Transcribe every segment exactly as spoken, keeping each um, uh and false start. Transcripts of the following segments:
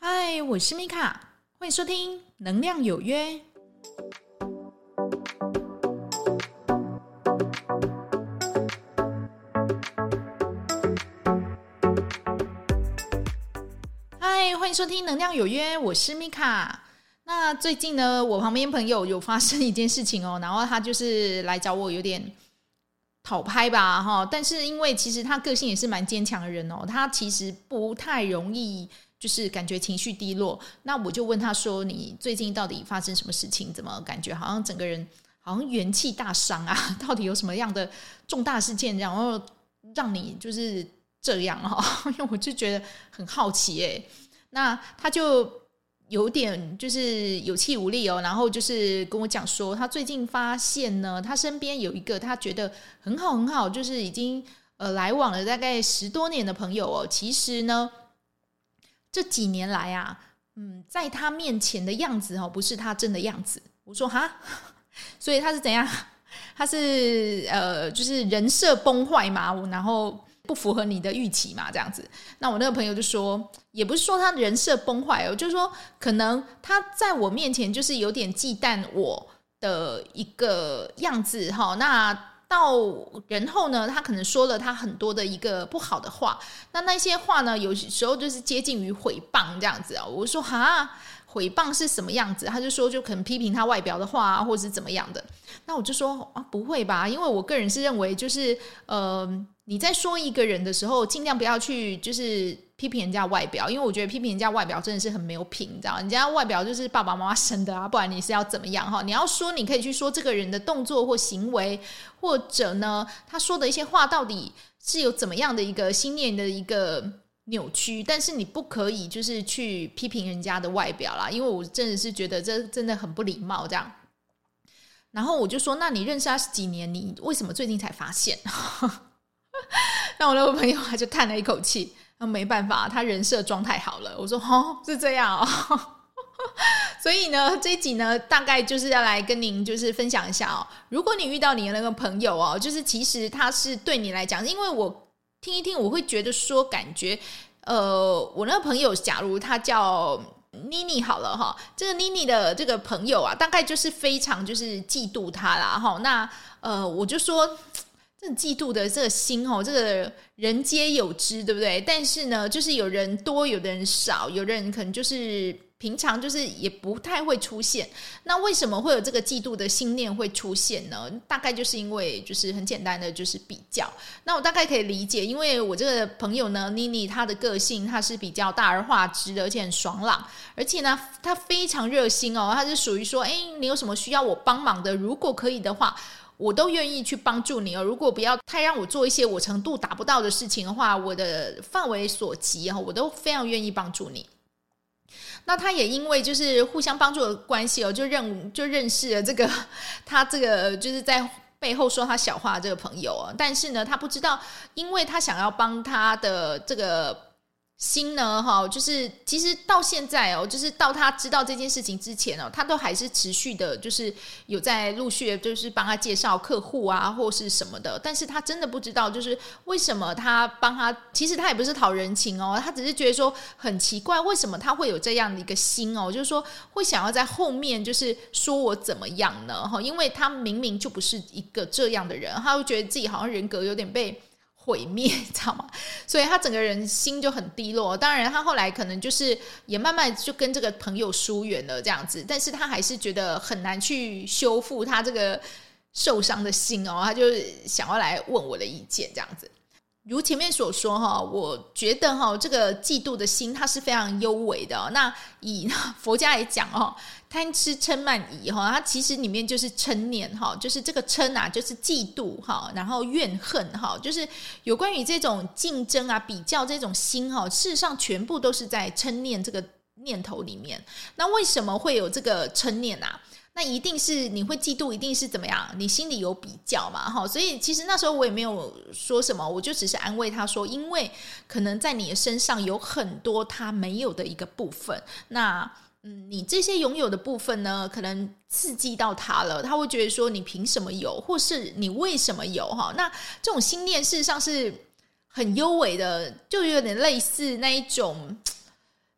嗨，我是米卡，欢迎收听能量有约。嗨，欢迎收听能量有约，我是米卡。那最近呢，我旁边朋友有发生一件事情哦，然后他就是来找我有点讨拍吧哈，但是因为其实他个性也是蛮坚强的人哦，他其实不太容易就是感觉情绪低落。那我就问他说，你最近到底发生什么事情，怎么感觉好像整个人好像元气大伤啊，到底有什么样的重大事件然后让你就是这样哈？因为我就觉得很好奇耶。那他就有点就是有气无力哦，然后就是跟我讲说，他最近发现呢，他身边有一个他觉得很好很好，就是已经呃来往了大概十多年的朋友哦，其实呢这几年来啊，嗯，在他面前的样子哦，不是他真的样子。我说哈，所以他是怎样？他是呃，就是人设崩坏嘛，然后不符合你的预期嘛，这样子。那我那个朋友就说，也不是说他人设崩坏哦，就是说可能他在我面前就是有点忌惮我的一个样子哈。那到人后呢，他可能说了他很多的一个不好的话，那那些话呢，有时候就是接近于诽谤这样子哦。我说哈，诽谤是什么样子？他就说就可能批评他外表的话啊，或者是怎么样的。那我就说啊，不会吧？因为我个人是认为，就是呃，你在说一个人的时候，尽量不要去就是批评人家外表，因为我觉得批评人家外表真的是很没有品，你知道，人家外表就是爸爸妈妈生的啊，不然你是要怎么样哈？你要说，你可以去说这个人的动作或行为，或者呢，他说的一些话到底是有怎么样的一个心念的一个扭曲，但是你不可以就是去批评人家的外表啦，因为我真的是觉得这真的很不礼貌这样。然后我就说，那你认识他几年，你为什么最近才发现？那我那个朋友他就叹了一口气，没办法，他人设装太好了。我说哦，是这样哦。所以呢，这一集呢，大概就是要来跟您就是分享一下哦。如果你遇到你的那个朋友哦，就是其实他是对你来讲，因为我听一听，我会觉得说，感觉呃，我那个朋友，假如他叫妮妮好了哈，这个妮妮的这个朋友啊，大概就是非常就是嫉妒他啦哈。那呃，我就说。这嫉妒的这个心哦，这个人皆有之，对不对？但是呢，就是有人多，有的人少，有的人可能就是平常就是也不太会出现。那为什么会有这个嫉妒的心念会出现呢？大概就是因为就是很简单的就是比较。那我大概可以理解，因为我这个朋友呢，妮妮她的个性她是比较大而化之的，而且很爽朗，而且呢，她非常热心哦，她是属于说，哎，你有什么需要我帮忙的，如果可以的话。我都愿意去帮助你哦。如果不要太让我做一些我程度达不到的事情的话，我的范围所及我都非常愿意帮助你。那他也因为就是互相帮助的关系哦，就认就认识了这个他这个就是在背后说他小话的这个朋友哦。但是呢，他不知道，因为他想要帮他的这个。心呢哈，就是其实到现在哦，就是到他知道这件事情之前哦，他都还是持续的，就是有在陆续的就是帮他介绍客户啊，或是什么的。但是他真的不知道，就是为什么他帮他，其实他也不是讨人情哦，他只是觉得说很奇怪，为什么他会有这样的一个心哦，就是说会想要在后面就是说我怎么样呢？哈，因为他明明就不是一个这样的人，他会觉得自己好像人格有点被。毁灭，知道吗？所以他整个人心就很低落。当然，他后来可能就是也慢慢就跟这个朋友疏远了这样子，但是他还是觉得很难去修复他这个受伤的心哦，他就想要来问我的意见这样子。如前面所说哈，我觉得哈，这个嫉妒的心它是非常幽微的哦。那以佛家来讲哦，贪吃嗔慢疑哈，它其实里面就是嗔念哈，就是这个嗔啊，就是嫉妒哈，然后怨恨哈，就是有关于这种竞争啊、比较这种心哈，事实上全部都是在嗔念这个念头里面。那为什么会有这个嗔念啊？那一定是你会嫉妒，一定是怎么样？你心里有比较嘛，哈，所以其实那时候我也没有说什么，我就只是安慰他说，因为可能在你的身上有很多他没有的一个部分，那嗯，你这些拥有的部分呢，可能刺激到他了，他会觉得说你凭什么有，或是你为什么有哈？那这种心念事实上是很幽微的，就有点类似那一种。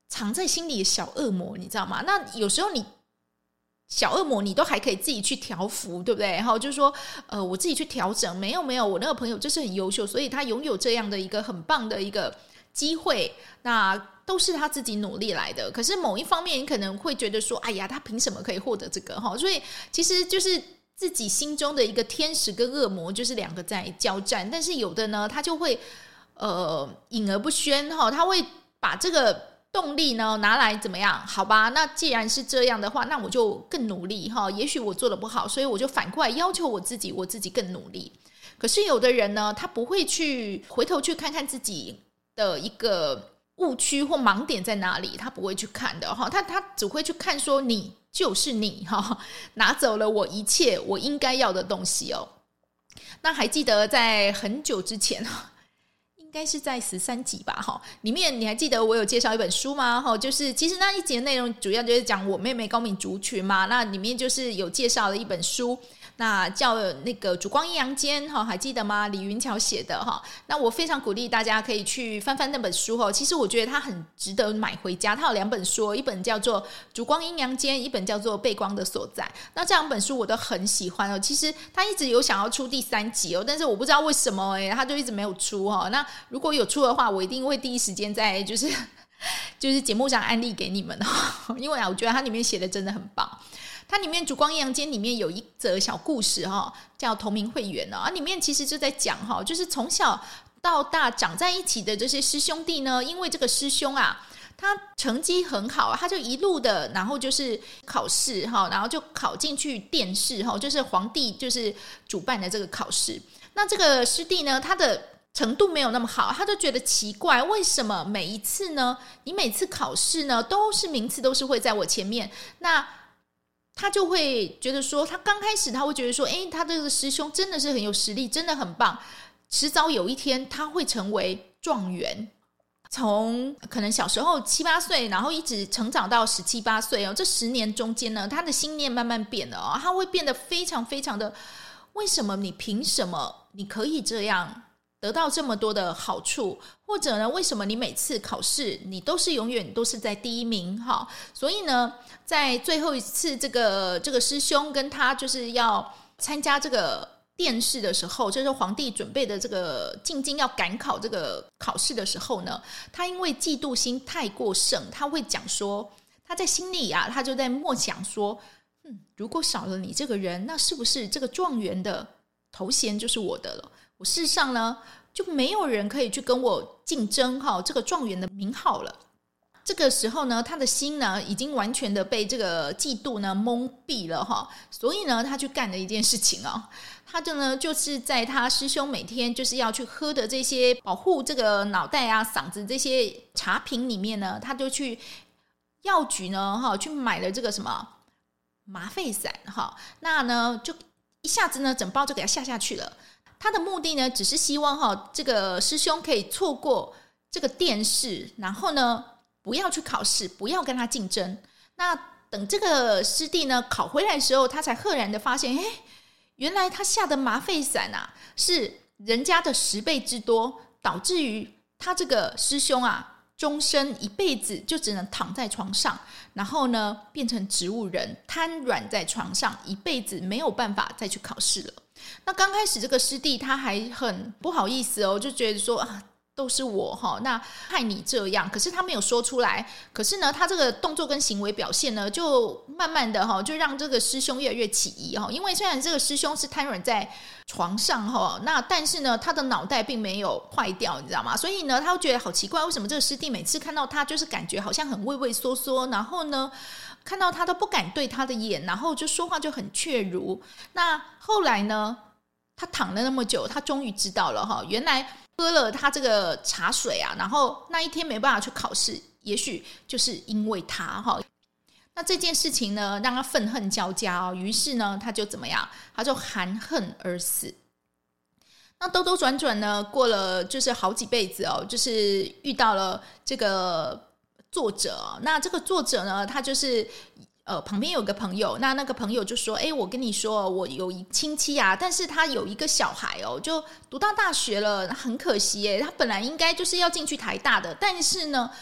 藏在心里的小恶魔，你知道吗？那有时候你小恶魔你都还可以自己去调服，对不对？然后就是说呃，我自己去调整，没有没有，我那个朋友就是很优秀，所以他拥有这样的一个很棒的一个机会，那都是他自己努力来的。可是某一方面你可能会觉得说，哎呀，他凭什么可以获得这个？所以其实就是自己心中的一个天使跟恶魔就是两个在交战。但是有的呢，他就会呃隐而不宣，他会把这个动力呢拿来怎么样？好吧，那既然是这样的话，那我就更努力哈。也许我做的不好，所以我就反过来要求我自己，我自己更努力。可是有的人呢，他不会去回头去看看自己的一个误区或盲点在哪里，他不会去看的哈。他他只会去看说你就是你哈，拿走了我一切我应该要的东西哦。那还记得在很久之前应该是在十三集吧，里面你还记得我有介绍一本书吗？就是其实那一集的内容主要就是讲我妹妹高敏族群嘛，那里面就是有介绍了一本书，那叫那个烛光阴阳间，还记得吗？李云桥写的。那我非常鼓励大家可以去翻翻那本书，其实我觉得它很值得买回家。它有两本书，一本叫做烛光阴阳间，一本叫做背光的所在。那这两本书我都很喜欢，其实它一直有想要出第三集，但是我不知道为什么它就一直没有出。那如果有出的话，我一定会第一时间在就是就是节目上安利给你们，因为我觉得它里面写的真的很棒。它里面烛光阴阳间里面有一则小故事叫同名会员，里面其实就在讲就是从小到大长在一起的这些师兄弟呢，因为这个师兄啊他成绩很好，他就一路的然后就是考试，然后就考进去殿试，就是皇帝就是主办的这个考试。那这个师弟呢，他的程度没有那么好，他就觉得奇怪，为什么每一次呢你每次考试呢都是名次都是会在我前面。那他就会觉得说，他刚开始他会觉得说，诶，他这个师兄真的是很有实力，真的很棒，迟早有一天他会成为状元。从可能小时候七八岁，然后一直成长到十七八岁，这十年中间呢，他的心念慢慢变了，他会变得非常非常的，为什么你凭什么你可以这样得到这么多的好处，或者呢为什么你每次考试你都是永远都是在第一名。所以呢在最后一次这个这个师兄跟他就是要参加这个殿试的时候，就是皇帝准备的这个进京要赶考这个考试的时候呢，他因为嫉妒心太过盛，他会讲说，他在心里啊他就在默想说，嗯，如果少了你这个人，那是不是这个状元的头衔就是我的了？我事实上呢就没有人可以去跟我竞争这个状元的名号了。这个时候呢，他的心呢已经完全的被这个嫉妒呢蒙蔽了哈，所以呢他去干了一件事情哦，他就呢就是在他师兄每天就是要去喝的这些保护这个脑袋啊嗓子这些茶瓶里面呢，他就去药局呢哈去买了这个什么麻沸散哈，那呢就一下子呢整包就给他下下去了。他的目的呢只是希望哈这个师兄可以错过这个殿试，然后呢不要去考试，不要跟他竞争。那等这个师弟呢考回来的时候，他才赫然的发现，诶，原来他下的麻沸散啊是人家的十倍之多，导致于他这个师兄啊终身一辈子就只能躺在床上，然后呢变成植物人，瘫软在床上，一辈子没有办法再去考试了。那刚开始这个师弟他还很不好意思哦，就觉得说啊都是我哈，那害你这样，可是他没有说出来。可是呢他这个动作跟行为表现呢就慢慢的哈就让这个师兄越来越起疑哈，因为虽然这个师兄是瘫软在床上哈，那但是呢他的脑袋并没有坏掉，你知道吗？所以呢他会觉得好奇怪，为什么这个师弟每次看到他就是感觉好像很畏畏缩缩，然后呢看到他都不敢对他的眼，然后就说话就很怯如。那后来呢他躺了那么久，他终于知道了哈，原来喝了他这个茶水啊，然后那一天没办法去考试，也许就是因为他哈。那这件事情呢让他愤恨交加哦，于是呢他就怎么样，他就含恨而死。那兜兜转转呢过了就是好几辈子哦，就是遇到了这个作者哦，那这个作者呢他就是呃，旁边有个朋友，那那个朋友就说，诶，我跟你说我有一亲戚啊，但是他有一个小孩哦，就读到大学了，很可惜耶，他本来应该就是要进去台大的，但是呢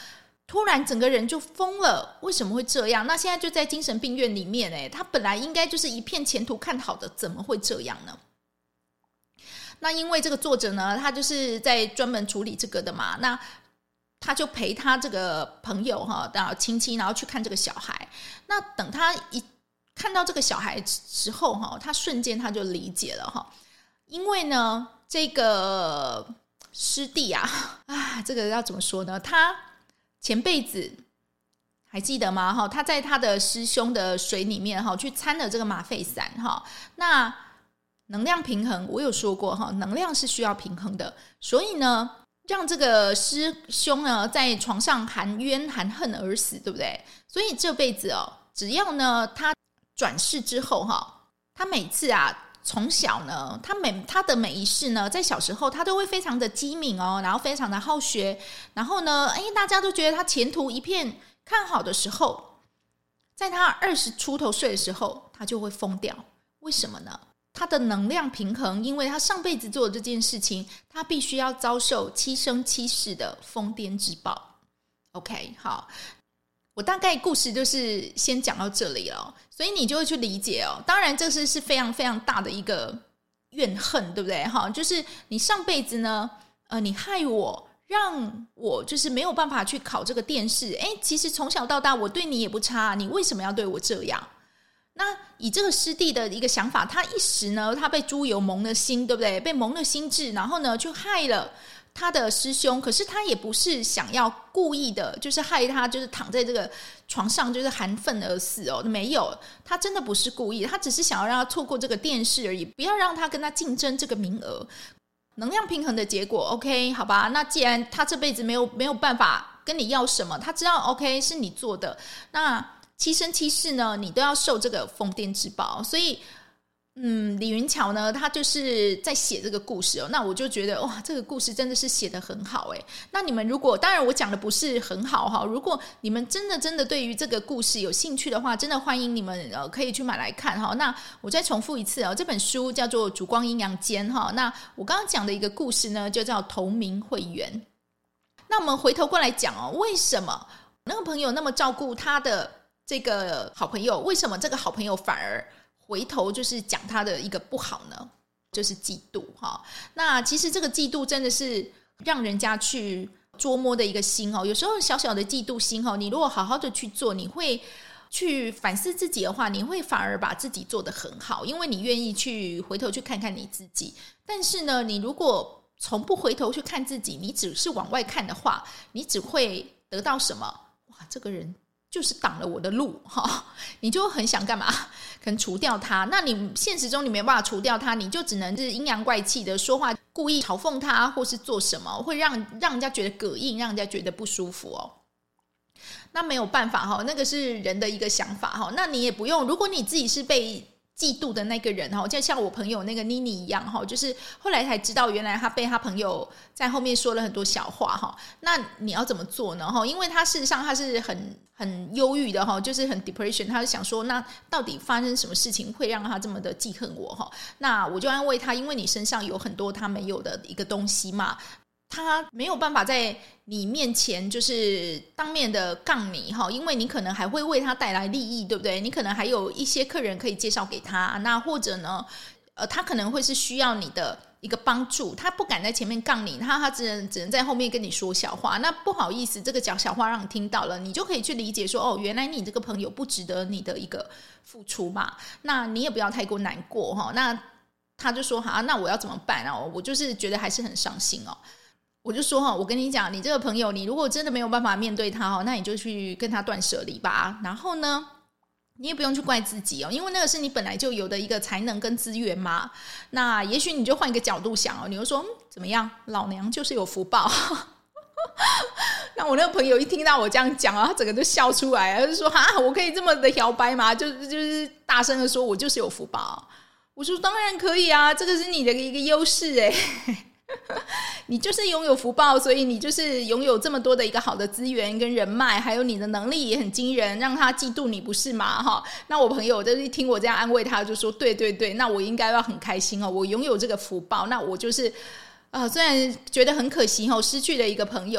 突然整个人就疯了，为什么会这样？那现在就在精神病院里面，诶，他本来应该就是一片前途看好的，怎么会这样呢？那因为这个作者呢，他就是在专门处理这个的嘛，那他就陪他这个朋友哈，然后亲戚，然后去看这个小孩。那等他一看到这个小孩之后哈，他瞬间他就理解了哈，因为呢，这个师弟啊，啊，这个要怎么说呢？他前辈子还记得吗？他在他的师兄的水里面去掺了这个吗啡散。那能量平衡我有说过，能量是需要平衡的，所以呢让这个师兄呢在床上含冤含恨而死，对不对？所以这辈子哦，只要呢他转世之后，他每次啊从小呢，他每他的每一世呢，在小时候他都会非常的机敏哦，然后非常的好学，然后呢，哎，大家都觉得他前途一片看好的时候，在他二十出头岁的时候，他就会疯掉。为什么呢？他的能量平衡，因为他上辈子做的这件事情，他必须要遭受七生七世的疯癫之报。OK， 好。我大概故事就是先讲到这里了，所以你就会去理解哦。当然这是是非常非常大的一个怨恨，对不对？就是你上辈子呢，呃，你害我，让我就是没有办法去考这个殿试。哎，其实从小到大我对你也不差，你为什么要对我这样？那以这个师弟的一个想法，他一时呢，他被猪油蒙了心，对不对？被蒙了心智，然后呢，就害了他的师兄，可是他也不是想要故意的，就是害他就是躺在这个床上就是含愤而死哦，没有，他真的不是故意，他只是想要让他错过这个电视而已，不要让他跟他竞争这个名额。能量平衡的结果 OK 好吧，那既然他这辈子没有没有办法跟你要什么，他知道 OK 是你做的，那七生七世呢你都要受这个疯癫之报。所以嗯，李云桥呢，他就是在写这个故事哦。那我就觉得哇，这个故事真的是写得很好哎。那你们如果，当然我讲的不是很好哈，如果你们真的真的对于这个故事有兴趣的话，真的欢迎你们呃可以去买来看哈。那我再重复一次哦，这本书叫做《烛光阴阳间》哈。那我刚刚讲的一个故事呢，就叫投名会员。那我们回头过来讲哦，为什么那个朋友那么照顾他的这个好朋友？为什么这个好朋友反而回头就是讲他的一个不好呢？就是嫉妒哈。那其实这个嫉妒真的是让人家去捉摸的一个心哦。有时候小小的嫉妒心哦，你如果好好的去做，你会去反思自己的话，你会反而把自己做得很好，因为你愿意去回头去看看你自己。但是呢，你如果从不回头去看自己，你只是往外看的话，你只会得到什么？哇，这个人就是挡了我的路哈，你就很想干嘛？可能除掉他。那你现实中你没办法除掉他，你就只能是阴阳怪气的说话，故意嘲讽他，或是做什么会让让人家觉得膈应，让人家觉得不舒服哦。那没有办法哈，那个是人的一个想法哈。那你也不用，如果你自己是被嫉妒的那个人哈，就像我朋友那个妮妮一样哈，就是后来才知道原来他被他朋友在后面说了很多小话哈。那你要怎么做呢？因为他事实上他是很很忧郁的哈，就是很 depression， 他就想说那到底发生什么事情会让他这么的记恨我哈？那我就安慰他，因为你身上有很多他没有的一个东西嘛。他没有办法在你面前就是当面的杠你，因为你可能还会为他带来利益，对不对？你可能还有一些客人可以介绍给他，那或者呢呃，他可能会是需要你的一个帮助，他不敢在前面杠你，他他只能只能在后面跟你说小话。那不好意思，这个讲小话让你听到了，你就可以去理解说哦，原来你这个朋友不值得你的一个付出嘛，那你也不要太过难过。那他就说好，那我要怎么办啊？我就是觉得还是很伤心哦。我就说我跟你讲，你这个朋友你如果真的没有办法面对他，那你就去跟他断舍离吧。然后呢你也不用去怪自己哦，因为那个是你本来就有的一个才能跟资源嘛。那也许你就换一个角度想哦，你就说、嗯、怎么样，老娘就是有福报那我那个朋友一听到我这样讲啊，他整个就笑出来，他就说哈，我可以这么的摇摆吗？就就是大声的说我就是有福报。我说当然可以啊，这个是你的一个优势哎你就是拥有福报，所以你就是拥有这么多的一个好的资源跟人脉，还有你的能力也很惊人，让他嫉妒你不是吗？那我朋友就是听我这样安慰他，就说对对对，那我应该要很开心哦，我拥有这个福报，那我就是呃，虽然觉得很可惜哦，失去了一个朋友，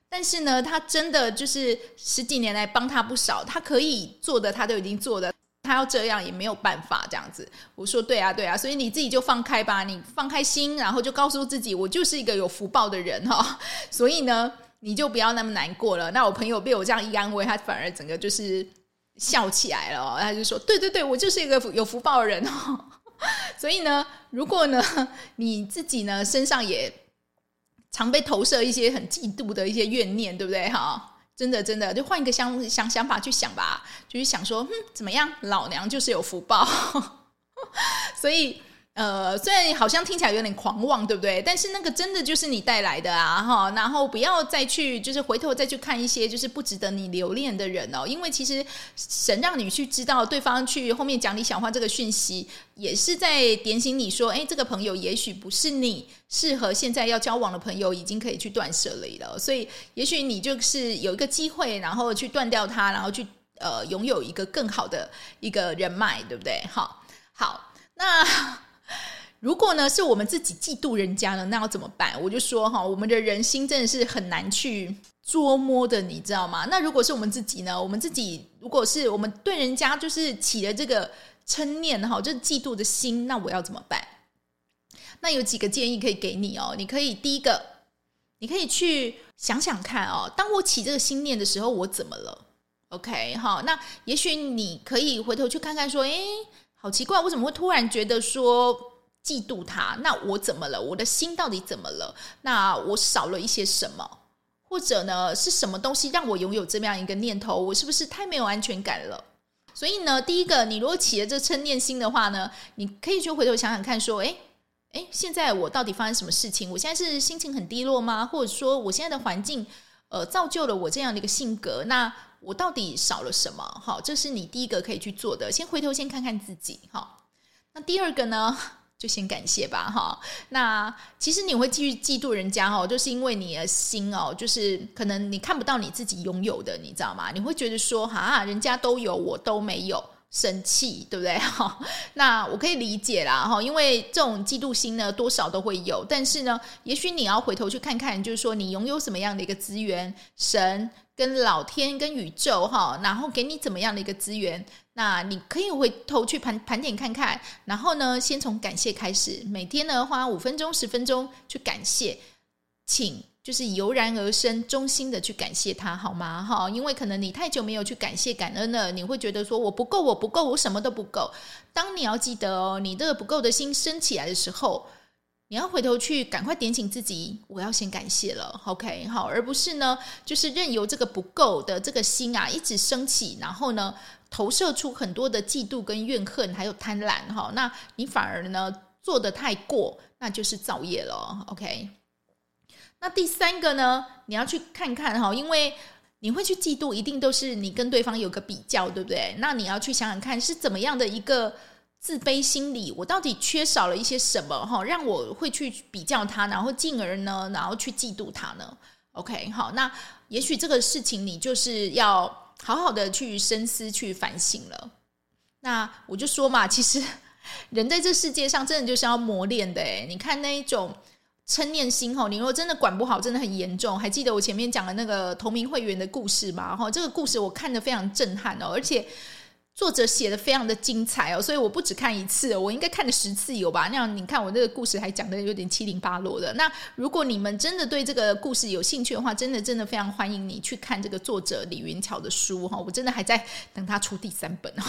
但是呢他真的就是十几年来帮他不少，他可以做的他都已经做的，他要这样也没有办法这样子。我说对啊对啊，所以你自己就放开吧，你放开心，然后就告诉自己我就是一个有福报的人哈，所以呢你就不要那么难过了。那我朋友被我这样一安慰，他反而整个就是笑起来了、哦、他就说对对对，我就是一个有福报的人哦。所以呢如果呢你自己呢身上也常被投射一些很嫉妒的一些怨念，对不对哈？真的真的就换一个想想想法去想吧，就是想说嗯怎么样，老娘就是有福报。所以呃，虽然好像听起来有点狂妄，对不对？但是那个真的就是你带来的啊，哈。然后不要再去，就是回头再去看一些就是不值得你留恋的人哦，因为其实神让你去知道对方去后面讲你小话这个讯息，也是在点醒你说，哎，这个朋友也许不是你适合现在要交往的朋友，已经可以去断舍离了。所以也许你就是有一个机会，然后去断掉它，然后去呃拥有一个更好的一个人脉，对不对？好，好，那。如果呢是我们自己嫉妒人家呢，那要怎么办？我就说哈，我们的人心真的是很难去捉摸的，你知道吗？那如果是我们自己呢，我们自己如果是我们对人家就是起了这个嗔念哈，就是嫉妒的心，那我要怎么办？那有几个建议可以给你哦。你可以第一个，你可以去想想看哦，当我起这个心念的时候，我怎么了 ？OK 哈，那也许你可以回头去看看说，哎，好奇怪，我怎么会突然觉得说嫉妒他？那我怎么了？我的心到底怎么了？那我少了一些什么？或者呢是什么东西让我拥有这么样一个念头？我是不是太没有安全感了？所以呢第一个，你如果起了这嗔念心的话呢，你可以去回头想想看说，诶诶现在我到底发生什么事情？我现在是心情很低落吗？或者说我现在的环境呃造就了我这样的一个性格？那我到底少了什么？好，这是你第一个可以去做的，先回头先看看自己。好，那第二个呢就先感谢吧哈。那其实你会继续嫉妒人家哈，就是因为你的心哦，就是可能你看不到你自己拥有的，你知道吗？你会觉得说哈，人家都有我都没有，生气，对不对？那我可以理解啦，因为这种嫉妒心呢多少都会有，但是呢也许你要回头去看看，就是说你拥有什么样的一个资源，神跟老天跟宇宙然后给你怎么样的一个资源，那你可以回头去盘盘点看看，然后呢先从感谢开始，每天呢花五分钟十分钟去感谢，请就是油然而生衷心的去感谢他好吗？因为可能你太久没有去感谢感恩了，你会觉得说我不够我不够我什么都不够。当你要记得哦，你这个不够的心升起来的时候，你要回头去赶快点醒自己，我要先感谢了 OK 好，而不是呢就是任由这个不够的这个心啊一直升起，然后呢投射出很多的嫉妒跟怨恨还有贪婪，那你反而呢做得太过，那就是造业了 OK。 那第三个呢，你要去看看，因为你会去嫉妒一定都是你跟对方有个比较，对不对？那你要去想想看是怎么样的一个自卑心理，我到底缺少了一些什么让我会去比较他，然后进而呢然后去嫉妒他呢 OK 好，那也许这个事情你就是要好好的去深思去反省了。那我就说嘛，其实人在这世界上真的就是要磨练的耶，你看那一种嗔念心，你如果真的管不好真的很严重。还记得我前面讲的那个同名会员的故事吗？这个故事我看得非常震撼哦，而且作者写得非常的精彩哦，所以我不只看一次，我应该看了十次有吧。那样你看我这个故事还讲得有点七零八落的。那如果你们真的对这个故事有兴趣的话，真的真的非常欢迎你去看这个作者李云桥的书，我真的还在等他出第三本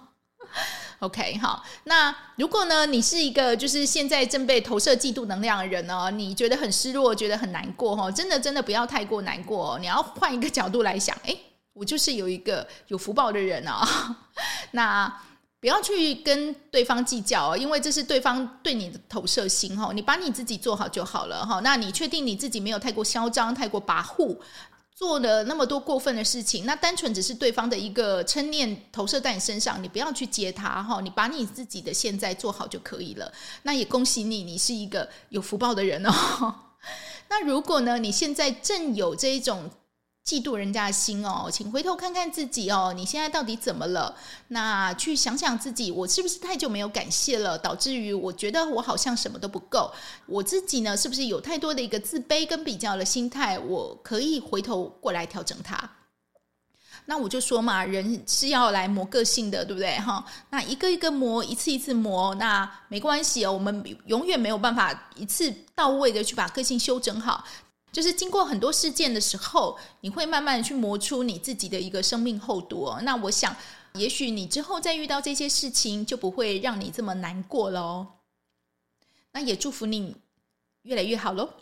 OK 好，那如果呢你是一个就是现在正被投射嫉妒能量的人呢，你觉得很失落觉得很难过，真的真的不要太过难过，你要换一个角度来想，诶我就是有一个有福报的人啊，那不要去跟对方计较，因为这是对方对你的投射心，你把你自己做好就好了。那你确定你自己没有太过嚣张太过跋扈，做了那么多过分的事情，那单纯只是对方的一个嗔念投射在你身上，你不要去接他，你把你自己的现在做好就可以了。那也恭喜你，你是一个有福报的人哦。那如果呢你现在正有这一种嫉妒人家的心哦，请回头看看自己哦，你现在到底怎么了？那去想想自己，我是不是太久没有感谢了，导致于我觉得我好像什么都不够？我自己呢，是不是有太多的一个自卑跟比较的心态？我可以回头过来调整它。那我就说嘛，人是要来磨个性的，对不对哈？那一个一个磨，一次一次磨，那没关系哦，我们永远没有办法一次到位的去把个性修整好。就是经过很多事件的时候，你会慢慢的去磨出你自己的一个生命厚度哦。那我想也许你之后再遇到这些事情就不会让你这么难过了哦。那也祝福你越来越好咯。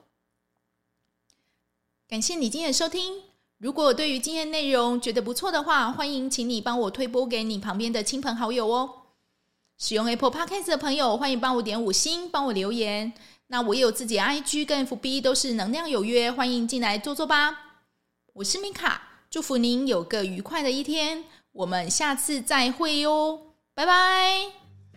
感谢你今天的收听，如果对于今天内容觉得不错的话，欢迎请你帮我推播给你旁边的亲朋好友哦。使用 Apple Podcast 的朋友，欢迎帮我点五星，帮我留言。那我也有自己的 I G 跟 F B 都是能量有约，欢迎进来坐坐吧。我是米卡，祝福您有个愉快的一天，我们下次再会哟，拜拜。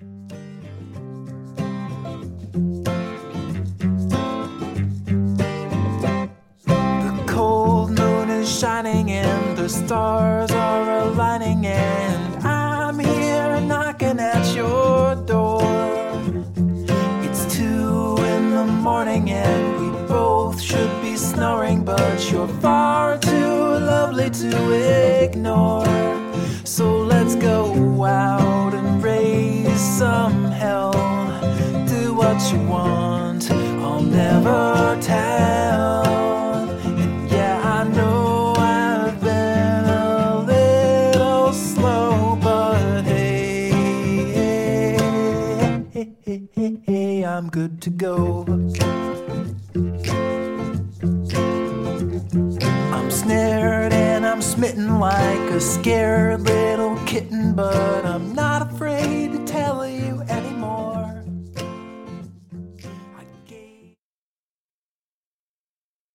The cold moon is shining and the stars are aligning and I'm here knocking at your door.It's two in the morning and we both should be snoring, but you're far too lovely to ignore. So let's go out and raise some hell. Do what you want, I'll never tell. And yeah, I know I've been a little slow, but hey, hey, hey, hey, hey, I'm good to go. I'm snared and I'm smitten like a scared little kitten, but I'm not